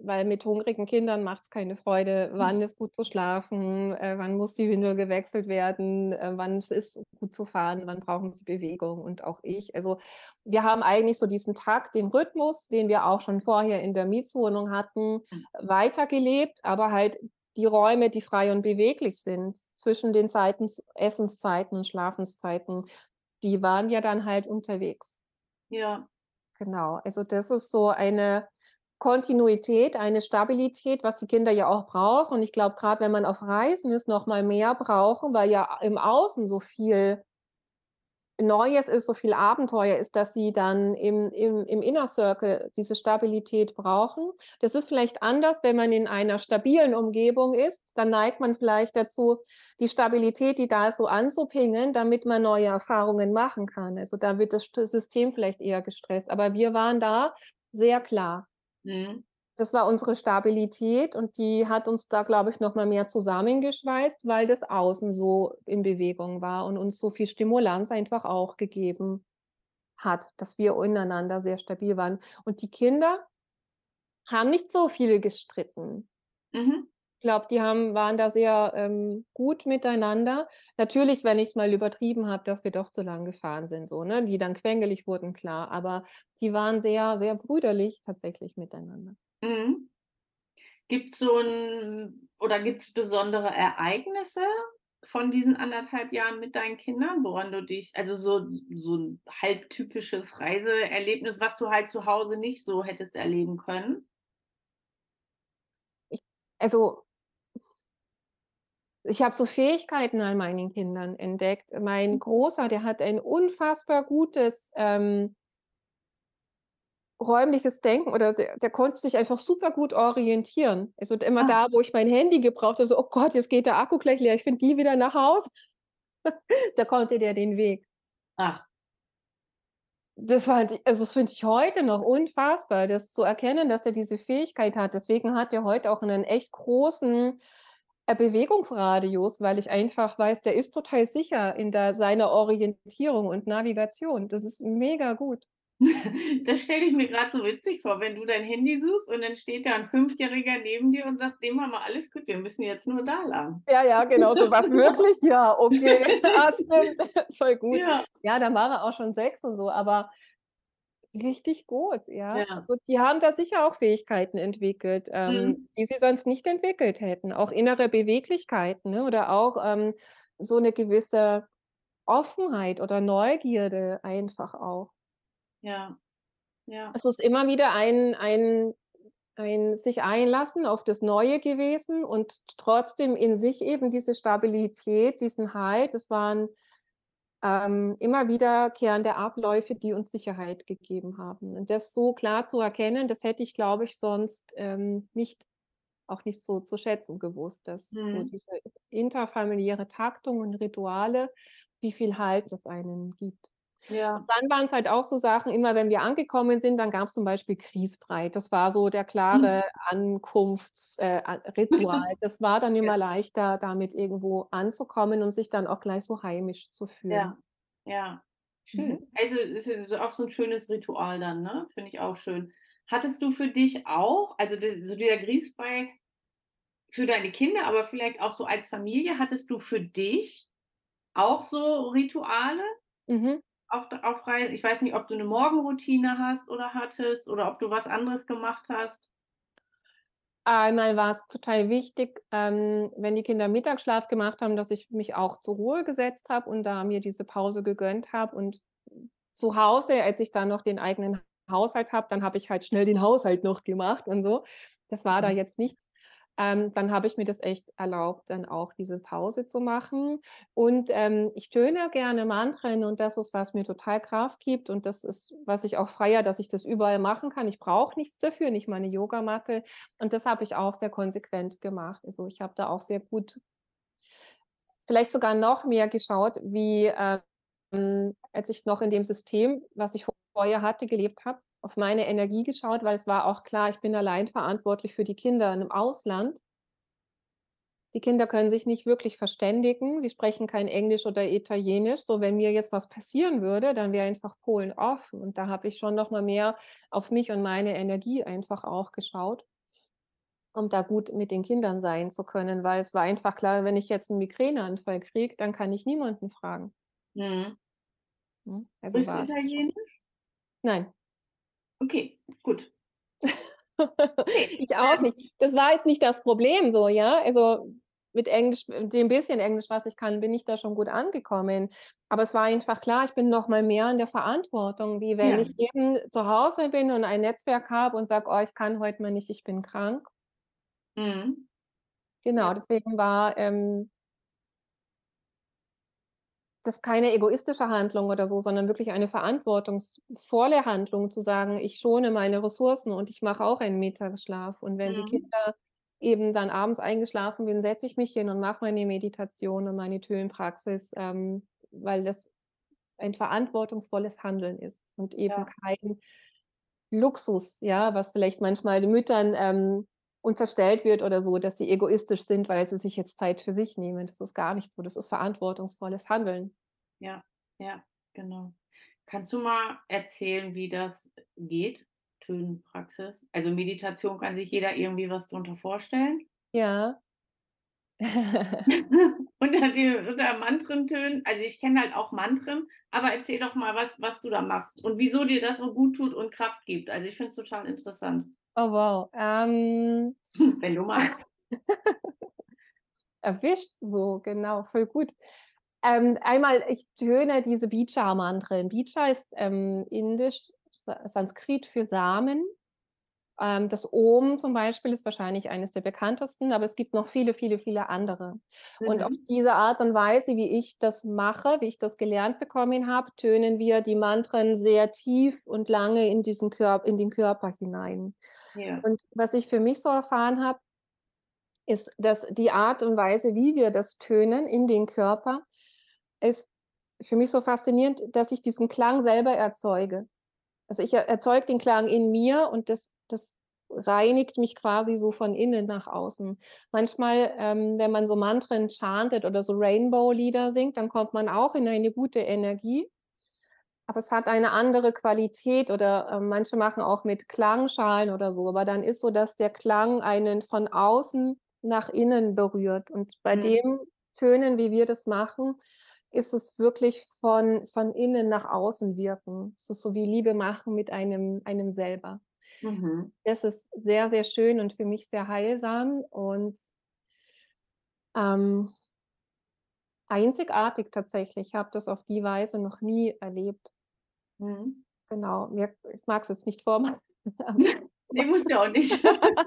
weil mit hungrigen Kindern macht's keine Freude. Wann ist gut zu schlafen? Äh, wann muss die Windel gewechselt werden? Äh, wann es ist gut zu fahren? Wann brauchen sie Bewegung? Und auch ich. Also, wir haben eigentlich so diesen Takt, den Rhythmus, den wir auch schon vorher in der Mietswohnung hatten, weitergelebt, aber halt die Räume, die frei und beweglich sind zwischen den Zeiten Essenszeiten und Schlafenszeiten, die waren ja dann halt unterwegs. Ja. Genau, also das ist so eine Kontinuität, eine Stabilität, was die Kinder ja auch brauchen. Und ich glaube, grad wenn man auf Reisen ist, noch mal mehr brauchen, weil ja im Außen so viel Neues ist, so viel Abenteuer ist, dass sie dann im im im Inner Circle diese Stabilität brauchen. Das ist vielleicht anders, wenn man in einer stabilen Umgebung ist, dann neigt man vielleicht dazu, die Stabilität, die da ist, so anzupingeln, damit man neue Erfahrungen machen kann. Also, da wird das St System vielleicht eher gestresst, aber wir waren da sehr klar. Mhm. Das war unsere Stabilität und die hat uns da, glaube ich, noch mal mehr zusammengeschweißt, weil das Außen so in Bewegung war und uns so viel Stimulanz einfach auch gegeben hat, dass wir ineinander sehr stabil waren. Und die Kinder haben nicht so viel gestritten. Mhm. Ich glaube, die haben waren da sehr, ähm, gut miteinander. Natürlich, wenn ich's mal übertrieben habe, dass wir doch zu lang gefahren sind so, ne, die dann quengelig wurden, klar, aber die waren sehr, sehr brüderlich tatsächlich miteinander. Mhm. Gibt's so 'n oder gibt's besondere Ereignisse von diesen anderthalb Jahren mit deinen Kindern, woran du dich also so so 'n halb typisches Reiseerlebnis, was du halt zu Hause nicht so hättest erleben können? Ich also ich habe so Fähigkeiten an meinen Kindern entdeckt. Mein Großer, der hat ein unfassbar gutes, ähm räumliches Denken oder der der konnte sich einfach super gut orientieren. Also, immer Ah. da, wo ich mein Handy gebraucht habe, so: „Oh Gott, jetzt geht der Akku gleich leer, ich finde nie wieder nach Hause.“ Da konnte der den Weg. Ach. Das war halt also, das finde ich heute noch unfassbar, das zu erkennen, dass der diese Fähigkeit hat. Deswegen hat der heute auch 'nen echt großen, äh, Bewegungsradius, weil ich einfach weiß, der ist total sicher in der seiner Orientierung und Navigation. Das ist mega gut. Das stelle ich mir grad so witzig vor, wenn du dein Handy suchst und dann steht da 'n Fünfjähriger neben dir und sagt: „Ne Mama, alles gut, wir müssen jetzt nur da lang.“ Ja, ja, genau so was. Wirklich? Ja, okay. Ah, stimmt. Voll gut. Ja. Ja, dann war er auch schon sechs und so, aber richtig gut, ja. Ja. Also, die haben da sicher auch Fähigkeiten entwickelt, ähm, Mhm. die sie sonst nicht entwickelt hätten. Auch innere Beweglichkeiten, ne, oder auch, ähm, so 'ne gewisse Offenheit oder Neugierde einfach auch. Ja, ja. Es ist immer wieder ein ein ein sich einlassen auf das Neue gewesen und t trotzdem in sich eben diese Stabilität, diesen Halt. Das waren, ähm, immer wiederkehrende Abläufe, die uns Sicherheit gegeben haben. Und das so klar zu erkennen, das hätte ich, glaube ich, sonst, ähm, nicht auch nicht so zu schätzen gewusst, dass so Mhm. diese interfamiliäre Taktung und Rituale, wie viel Halt das einem gibt. Und Ja. dann waren's halt auch so Sachen, immer wenn wir angekommen sind, dann gab's zum Beispiel Grießbrei. Das war so der Mhm. klare Ankunfts äh, a Ritual. Das war dann Ja. immer leichter, damit irgendwo anzukommen und sich dann auch gleich so heimisch zu fühlen. Ja, ja, Mhm. schön. Also, ist ja so auch so 'n schönes Ritual dann, ne? Finde ich auch schön. Hattest du für dich auch also, d so dieser Grießbrei für deine Kinder, aber vielleicht auch so als Familie, hattest du für dich auch so Rituale Mhm. auf d auf Rei ich weiß nicht, ob du 'ne Morgenroutine hast oder hattest oder ob du was anderes gemacht hast? Einmal war's total wichtig, ähm, wenn die Kinder Mittagsschlaf gemacht haben, dass ich mich auch zur Ruhe gesetzt habe und da mir diese Pause gegönnt habe. Und zu Hause, als ich dann noch den eigenen Haushalt habe, dann habe ich halt schnell den Haushalt noch gemacht und so. Das war da Mhm. jetzt nicht. Ähm, dann habe ich mir das echt erlaubt, dann auch diese Pause zu machen. Und, ähm, ich töne gerne Mantren und das ist, was mir total Kraft gibt und das ist, was ich auch feiere, dass ich das überall machen kann. Ich brauche nichts dafür, nicht mal 'ne Yogamatte. Und das habe ich auch sehr konsequent gemacht. Also, ich habe da auch sehr gut vielleicht sogar noch mehr geschaut, wie, ähm, als ich noch in dem System, was ich vorher hatte, gelebt habe, auf meine Energie geschaut, weil es war auch klar, ich bin allein verantwortlich für die Kinder in 'nem Ausland. Die Kinder können sich nicht wirklich verständigen. Die sprechen kein Englisch oder Italienisch. So, wenn mir jetzt was passieren würde, dann wäre einfach Polen off. Und da habe ich schon noch mal mehr auf mich und meine Energie einfach auch geschaut. um da gut mit den Kindern sein zu können, weil es war einfach klar, wenn ich jetzt 'n Migräneanfall kriege, dann kann ich niemanden fragen, Mhm. ne? Also, Sprichst du war das schon Italienisch? nein. Okay, gut. Okay. Ich auch Ähm, nicht. Das war jetzt nicht das Problem so, ja? Also, mit Englisch mit dem bisschen Englisch, was ich kann, bin ich da schon gut angekommen. Aber es war einfach klar, ich bin noch mal mehr in der Verantwortung, wie wenn ja. ich eben zu Hause bin und ein Netzwerk habe und sage: „Oh, ich kann heute mal nicht, ich bin krank.“ Mhm. Ja. Genau, deswegen war, ähm das keine egoistische Handlung oder so, sondern wirklich eine verantwortungsvolle Handlung zu sagen: „Ich schone meine Ressourcen und ich mache auch einen Mittagsschlaf.“ Und wenn die Mhm. Kinder eben dann abends eingeschlafen sind, setze ich mich hin und mache meine Meditation und meine Höhenpraxis, ähm, weil das ein verantwortungsvolles Handeln ist und eben Ja, kein Luxus, ja, was vielleicht manchmal den Müttern, ähm, unterstellt wird oder so, dass sie egoistisch sind, weil sie sich jetzt Zeit für sich nehmen. Das ist gar nicht so. Das ist verantwortungsvolles Handeln. ja, ja, genau. Kannst du mal erzählen, wie das geht? Tönenpraxis? Also, Meditation kann sich jeder irgendwie was drunter vorstellen? Ja. Unter die unter Mantrentönen, also, ich kenne halt auch Mantren, aber erzähl doch mal, was was du da machst und wieso dir das so gut tut und Kraft gibt. Also, ich finde es total interessant, Oh wow, ähm, wenn du magst. erwischt so, genau, voll gut. Ähm, einmal, ich töne diese Bija-Mantren. Bija ist, ähm, indisch, Sa Sanskrit für Samen. Ähm, das Om zum Beispiel ist wahrscheinlich eines der bekanntesten, aber es gibt noch viele, viele, viele andere. Und auf Mhm. diese Art und Weise, wie ich das mache, wie ich das gelernt bekommen habe, tönen wir die Mantren sehr tief und lange in diesen Körp in den Körper hinein. Ja. Und was ich für mich so erfahren habe, ist, dass die Art und Weise, wie wir das tönen in den Körper, ist für mich so faszinierend, dass ich diesen Klang selber erzeuge. Also, ich er erzeuge den Klang in mir und das das reinigt mich quasi so von innen nach außen. Manchmal, ähm, wenn man so Mantren chantet oder so Rainbow-Lieder singt, dann kommt man auch in eine gute Energie, aber es hat eine andere Qualität oder, ähm, manche machen auch mit Klangschalen oder so, aber dann ist so, dass der Klang einen von außen nach innen berührt. Und bei Mhm. dem Tönen, wie wir das machen, ist es wirklich von von innen nach außen wirken. Es ist so wie Liebe machen mit einem einem selber. Mhm. Das ist sehr, sehr schön und für mich sehr heilsam und, ähm, einzigartig tatsächlich. Ich habe das auf die Weise noch nie erlebt. Mhm. Genau, mir ich mag's jetzt nicht vormachen, aber Ne, musst du auch nicht.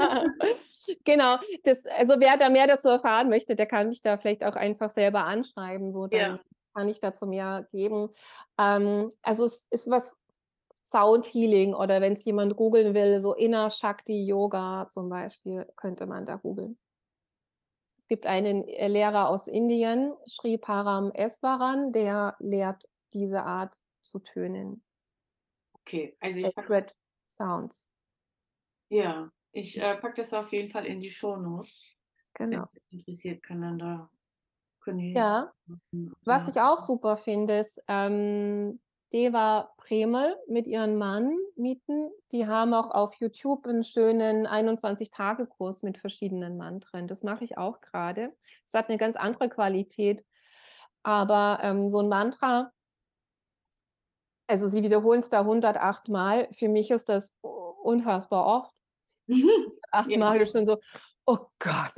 genau, das also, wer da mehr dazu erfahren möchte, der kann mich da vielleicht auch einfach selber anschreiben, so, dann Ja. kann ich dazu mehr geben. Ähm, also, es ist was Sound Healing oder wenn's jemand googeln will, so Inner Shakti Yoga zum Beispiel, könnte man da googeln. Es gibt einen, äh, Lehrer aus Indien, Sri Param Eswaran, der lehrt diese Art zu tönen, Okay, also ich packe das Sacred Sounds. ja, ich, äh, packe das auf jeden Fall in die Shownotes. Genau. Wenn's interessiert, kann dann da können die Ja. aus Was dem ich auch super finde, ist, ähm, Deva Premal mit ihrem Mann Miten. Die haben auch auf YouTube 'n schönen einundzwanzig-Tage-Kurs mit verschiedenen Mantren. Das mache ich auch grade. Es hat 'ne ganz andere Qualität, aber, ähm, so 'n Mantra also, sie wiederholen's da hundertacht Mal. Für mich ist das u unfassbar oft. Ja. Achtmal ist schon so: „Oh Gott.“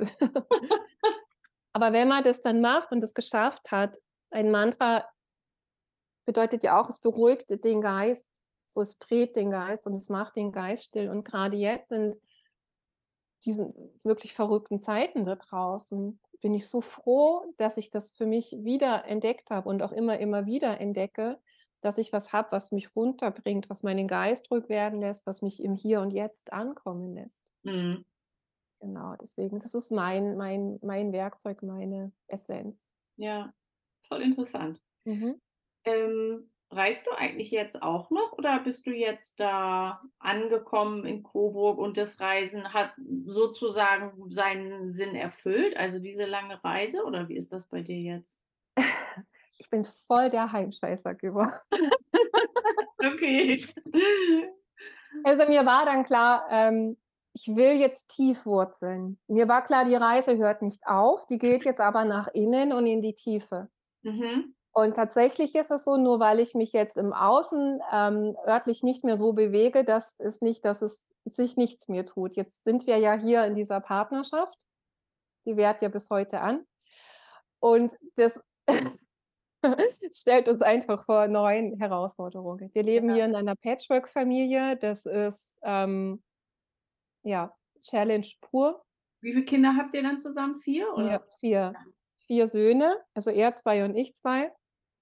Aber wenn man das dann macht und das geschafft hat, ein Mantra bedeutet ja auch, es beruhigt den Geist. So, es dreht den Geist und es macht den Geist still. Und grade jetzt in diesen wirklich verrückten Zeiten da draußen bin ich so froh, dass ich das für mich wieder entdeckt habe und auch immer, immer wieder entdecke, dass ich was habe, was mich runterbringt, was meinen Geist ruhig werden lässt, was mich im Hier und Jetzt ankommen lässt. Mhm. Genau, deswegen, das ist mein mein mein Werkzeug, meine Essenz. Ja, voll interessant. Mhm. Ähm, reist du eigentlich jetzt auch noch oder bist du jetzt da angekommen in Coburg und das Reisen hat sozusagen seinen Sinn erfüllt, also diese lange Reise oder wie ist das bei dir jetzt? Ich bin voll der Heimscheißer geworden. Okay. Also, mir war dann klar, ähm, ich will jetzt tief wurzeln. Mir war klar, die Reise hört nicht auf, die geht jetzt aber nach innen und in die Tiefe. Mhm. Und tatsächlich ist es so, nur weil ich mich jetzt im Außen, ähm, örtlich nicht mehr so bewege, das ist nicht, dass es sich nichts mehr tut. Jetzt sind wir ja hier in dieser Partnerschaft, die währt ja bis heute an. Und das stellt uns einfach vor neuen Herausforderungen. Wir leben Ja. hier in einer Patchwork-Familie. Das ist, ähm, ja, Challenge pur. Wie viele Kinder habt ihr dann zusammen? Vier vier oder? vier Ja. vier Söhne, also er zwei und ich zwei.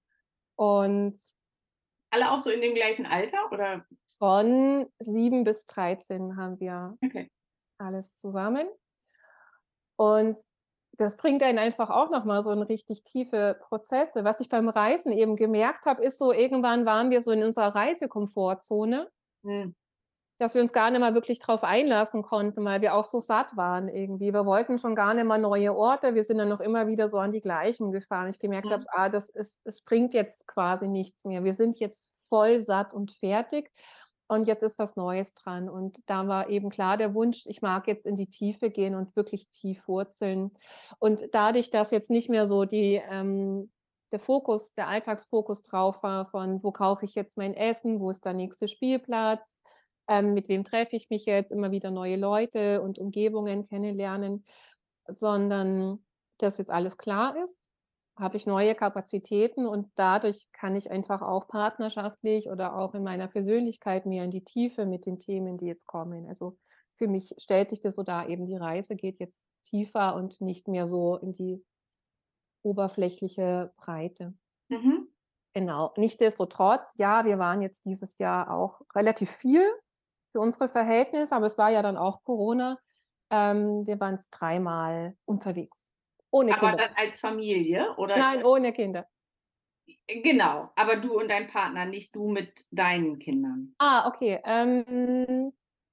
Und Alle auch so in dem gleichen Alter oder? von sieben bis dreizehn haben wir Okay. alles zusammen. Und das bringt einen einfach auch noch mal so in richtig tiefe Prozesse. Was ich beim Reisen eben gemerkt habe, ist so, irgendwann waren wir so in unserer Reisekomfortzone, Mhm. dass wir uns gar nicht mehr wirklich drauf einlassen konnten, weil wir auch so satt waren irgendwie. Wir wollten schon gar nicht mehr neue Orte. Wir sind dann noch immer wieder so an die gleichen gefahren. Ich gemerkt habe, Mhm. ah, das ist es bringt jetzt quasi nichts mehr. Wir sind jetzt voll satt und fertig und jetzt ist was Neues dran. Und da war eben klar der Wunsch, ich mag jetzt in die Tiefe gehen und wirklich tief wurzeln. Und dadurch, dass jetzt nicht mehr so die ähm, der Fokus der Alltagsfokus drauf war von: „Wo kaufe ich jetzt mein Essen? Wo ist der nächste Spielplatz? Ähm, mit wem treffe ich mich jetzt?“ Immer wieder neue Leute und Umgebungen kennenlernen, sondern dass jetzt alles klar ist, habe ich neue Kapazitäten und dadurch kann ich einfach auch partnerschaftlich oder auch in meiner Persönlichkeit mehr in die Tiefe mit den Themen, die jetzt kommen. Also, für mich stellt sich das so dar, eben die Reise geht jetzt tiefer und nicht mehr so in die oberflächliche Breite. Mhm. Genau. Nichtsdestotrotz, ja, wir waren jetzt dieses Jahr auch relativ viel für unsere Verhältnisse, aber es war ja dann auch Corona. Ähm, wir waren jetzt dreimal unterwegs, ohne Aber Kinder. dann als Familie oder? Nein, ohne Kinder. Genau, aber du und dein Partner, nicht du mit deinen Kindern. Ah, okay. Ähm,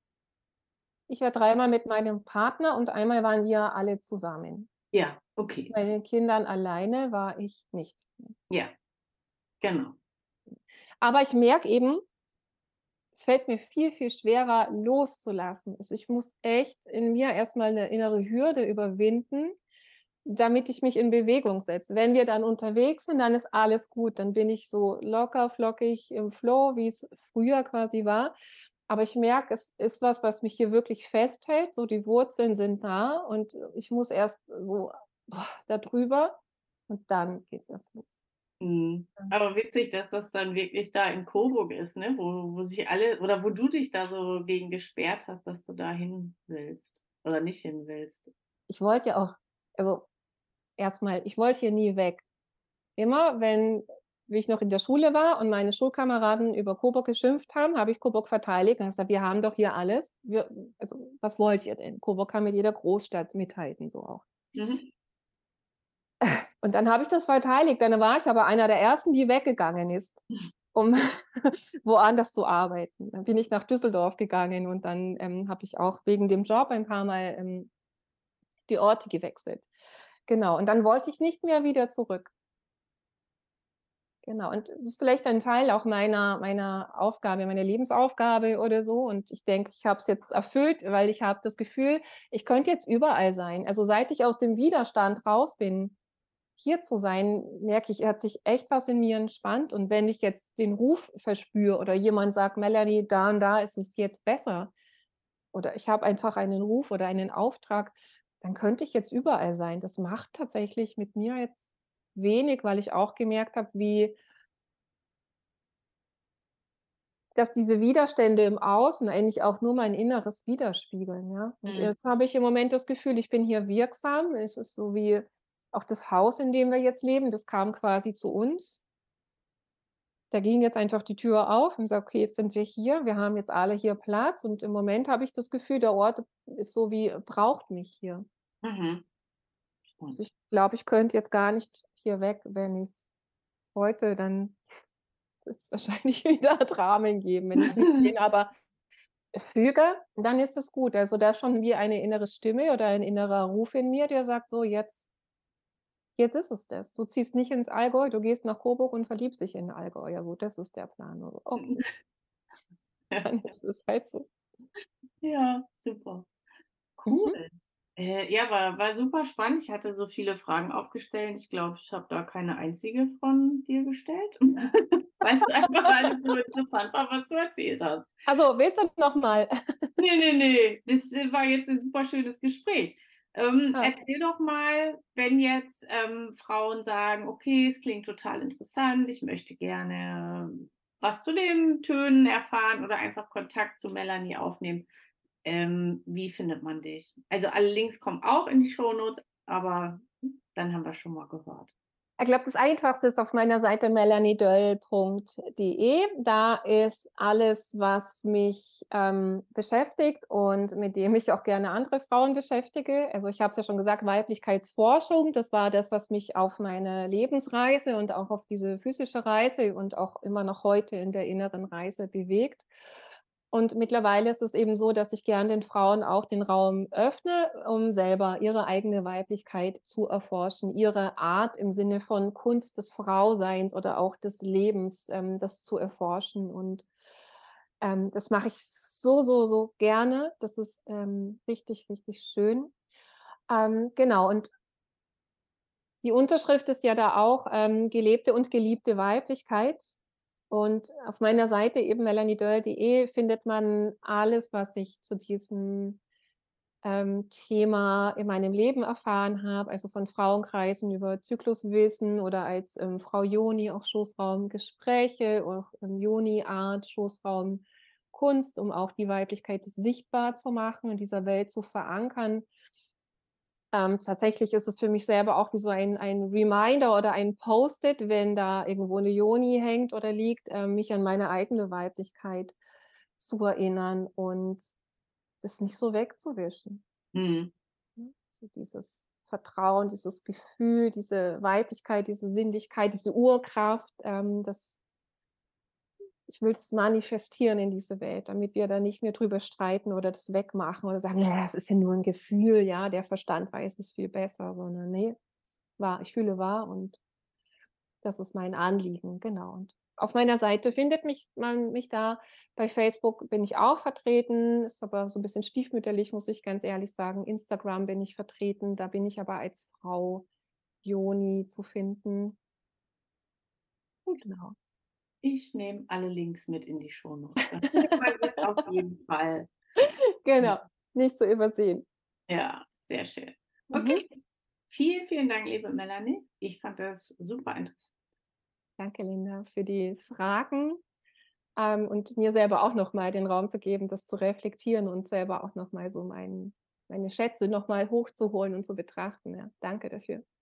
ich war dreimal mit meinem Partner und einmal waren wir alle zusammen. Ja, okay. Bei den Kindern alleine war ich nicht. Ja, genau. Aber ich merke eben, es fällt mir viel, viel schwerer loszulassen. Also, ich muss echt in mir erst mal 'ne innere Hürde überwinden, damit ich mich in Bewegung setze. Wenn wir dann unterwegs sind, dann ist alles gut. Dann bin ich so locker flockig im Flow, wie's früher quasi war. Aber ich merke, es ist was, was mich hier wirklich festhält. So, die Wurzeln sind da und ich muss erst so, boah, da drüber und dann geht's erst los. Mhm. Ja. Aber witzig, dass das dann wirklich da in Coburg ist, ne, wo wo sich alle oder wo du dich da so gegen gesperrt hast, dass du da hin willst oder nicht hin willst. Ich wollte ja auch also, erst mal, ich wollte hier nie weg. Immer, wenn wie ich noch in der Schule war und meine Schulkameraden über Coburg geschimpft haben, habe ich Coburg verteidigt und gesagt: „Wir haben doch hier alles. Wir also, was wollt ihr denn? Coburg kann mit jeder Großstadt mithalten“, so auch. Mhm. Und dann habe ich das verteidigt. Dann war ich aber einer der Ersten, die weggegangen ist, um woanders zu arbeiten. Dann bin ich nach Düsseldorf gegangen und dann, ähm, habe ich auch wegen dem Job ein paarmal, ähm, die Orte gewechselt. Genau, und dann wollte ich nicht mehr wieder zurück. Genau, und das ist vielleicht ein Teil auch meiner meiner Aufgabe, meiner Lebensaufgabe oder so. Und ich denke, ich habe es jetzt erfüllt, weil ich habe das Gefühl, ich könnte jetzt überall sein. Also, seit ich aus dem Widerstand raus bin, hier zu sein, merke ich, hat sich echt was in mir entspannt. Und wenn ich jetzt den Ruf verspüre oder jemand sagt: „Melanie, da und da ist es jetzt besser“ oder ich habe einfach einen Ruf oder einen Auftrag, dann könnte ich jetzt überall sein. Das macht tatsächlich mit mir jetzt wenig, weil ich auch gemerkt habe, wie dass diese Widerstände im Außen eigentlich auch nur mein Inneres widerspiegeln, ja? Und Mhm. jetzt habe ich im Moment das Gefühl, ich bin hier wirksam. Es ist so wie auch das Haus, in dem wir jetzt leben, das kam quasi zu uns. Da ging jetzt einfach die Tür auf und sagt: „Okay, jetzt sind wir hier. Wir haben jetzt alle hier Platz.“ Und im Moment habe ich das Gefühl, der Ort ist so wie braucht mich hier. Mhm. Also, Spannend. ich glaube, ich könnte jetzt gar nicht hier weg, wenn ich's wollte, dann wird's wahrscheinlich wieder Dramen geben, wenn ich mich dem aber füge, dann ist es gut. Also, da ist schon wie eine innere Stimme oder ein innerer Ruf in mir, der sagt so: „Jetzt jetzt ist es das. Du ziehst nicht ins Allgäu, du gehst nach Coburg und verliebst dich in Allgäu.“ Ja gut, das ist der Plan. Also, okay, dann ist es halt so. Ja, super. Cool. Mhm. Äh, ja, war war super spannend. Ich hatte so viele Fragen aufgestellt. Ich glaube, ich habe da keine einzige von dir gestellt, weil's einfach alles so interessant war, was du erzählt hast. Also, willst du noch mal? Ne, ne, ne, das, äh, war jetzt 'n super schönes Gespräch. Ähm, Ah. erzähl doch mal, wenn jetzt, ähm, Frauen sagen: „Okay, es klingt total interessant, ich möchte gerne was zu den Tönen erfahren oder einfach Kontakt zu Melanie aufnehmen.“ Ähm, wie findet man dich? Also, alle Links kommen auch in die Shownotes, aber dann haben wir's schon mal gehört. Ich glaube, das Einfachste ist auf meiner Seite melanie döll punkt de. Da ist alles, was mich, ähm, beschäftigt und mit dem ich auch gerne andere Frauen beschäftige. Also, ich habe es ja schon gesagt, Weiblichkeitsforschung, das war das, was mich auf meine Lebensreise und auch auf diese physische Reise und auch immer noch heute in der inneren Reise bewegt. Und mittlerweile ist es eben so, dass ich gern den Frauen auch den Raum öffne, um selber ihre eigene Weiblichkeit zu erforschen, ihre Art im Sinne von Kunst des Frauseins oder auch des Lebens, ähm, das zu erforschen. Und, ähm, das mache ich so, so, so gerne. Das ist, ähm, richtig, richtig schön. Ähm, genau, und die Unterschrift ist ja da auch, ähm, gelebte und geliebte Weiblichkeit. Und auf meiner Seite eben melanie döll punkt de findet man alles, was ich zu diesem, ähm, Thema in meinem Leben erfahren habe, also von Frauenkreisen über Zykluswissen oder als, ähm, Frau Yoni auch Schoßraumgespräche, auch im Yoni-Art, Schoßraum Kunst, um auch die Weiblichkeit sichtbar zu machen, in dieser Welt zu verankern. Ähm, tatsächlich ist es für mich selber auch wie so ein ein Reminder oder ein Post-it, wenn da irgendwo 'ne Yoni hängt oder liegt, ähm, mich an meine eigene Weiblichkeit zu erinnern und das nicht so wegzuwischen. Mhm. Ne? So dieses Vertrauen, dieses Gefühl, diese Weiblichkeit, diese Sinnlichkeit, diese Urkraft, ähm, das ich will's manifestieren in diese Welt, damit wir da nicht mehr drüber streiten oder das wegmachen oder sagen: „Ja, es ist ja nur 'n Gefühl, ja, der Verstand weiß es viel besser“, sondern ne, es wahr ich fühle wahr und das ist mein Anliegen, genau. Und auf meiner Seite findet mich man mich da. Bei Facebook bin ich auch vertreten, ist aber so 'n bisschen stiefmütterlich, muss ich ganz ehrlich sagen. Instagram bin ich vertreten, da bin ich aber als Frau Yoni zu finden. Gut. Genau. Ich nehme alle Links mit in die Shownotes. Dann findet man dich auf jeden Fall. Genau, nicht zu übersehen. Ja, sehr schön. Mhm. Okay. Vielen, vielen Dank, liebe Melanie. Ich fand das super interess Danke, Linda, für die Fragen, ähm, und mir selber auch noch mal den Raum zu geben, das zu reflektieren und selber auch noch mal so mein meine Schätze noch mal hochzuholen und zu betrachten, ja. Danke dafür.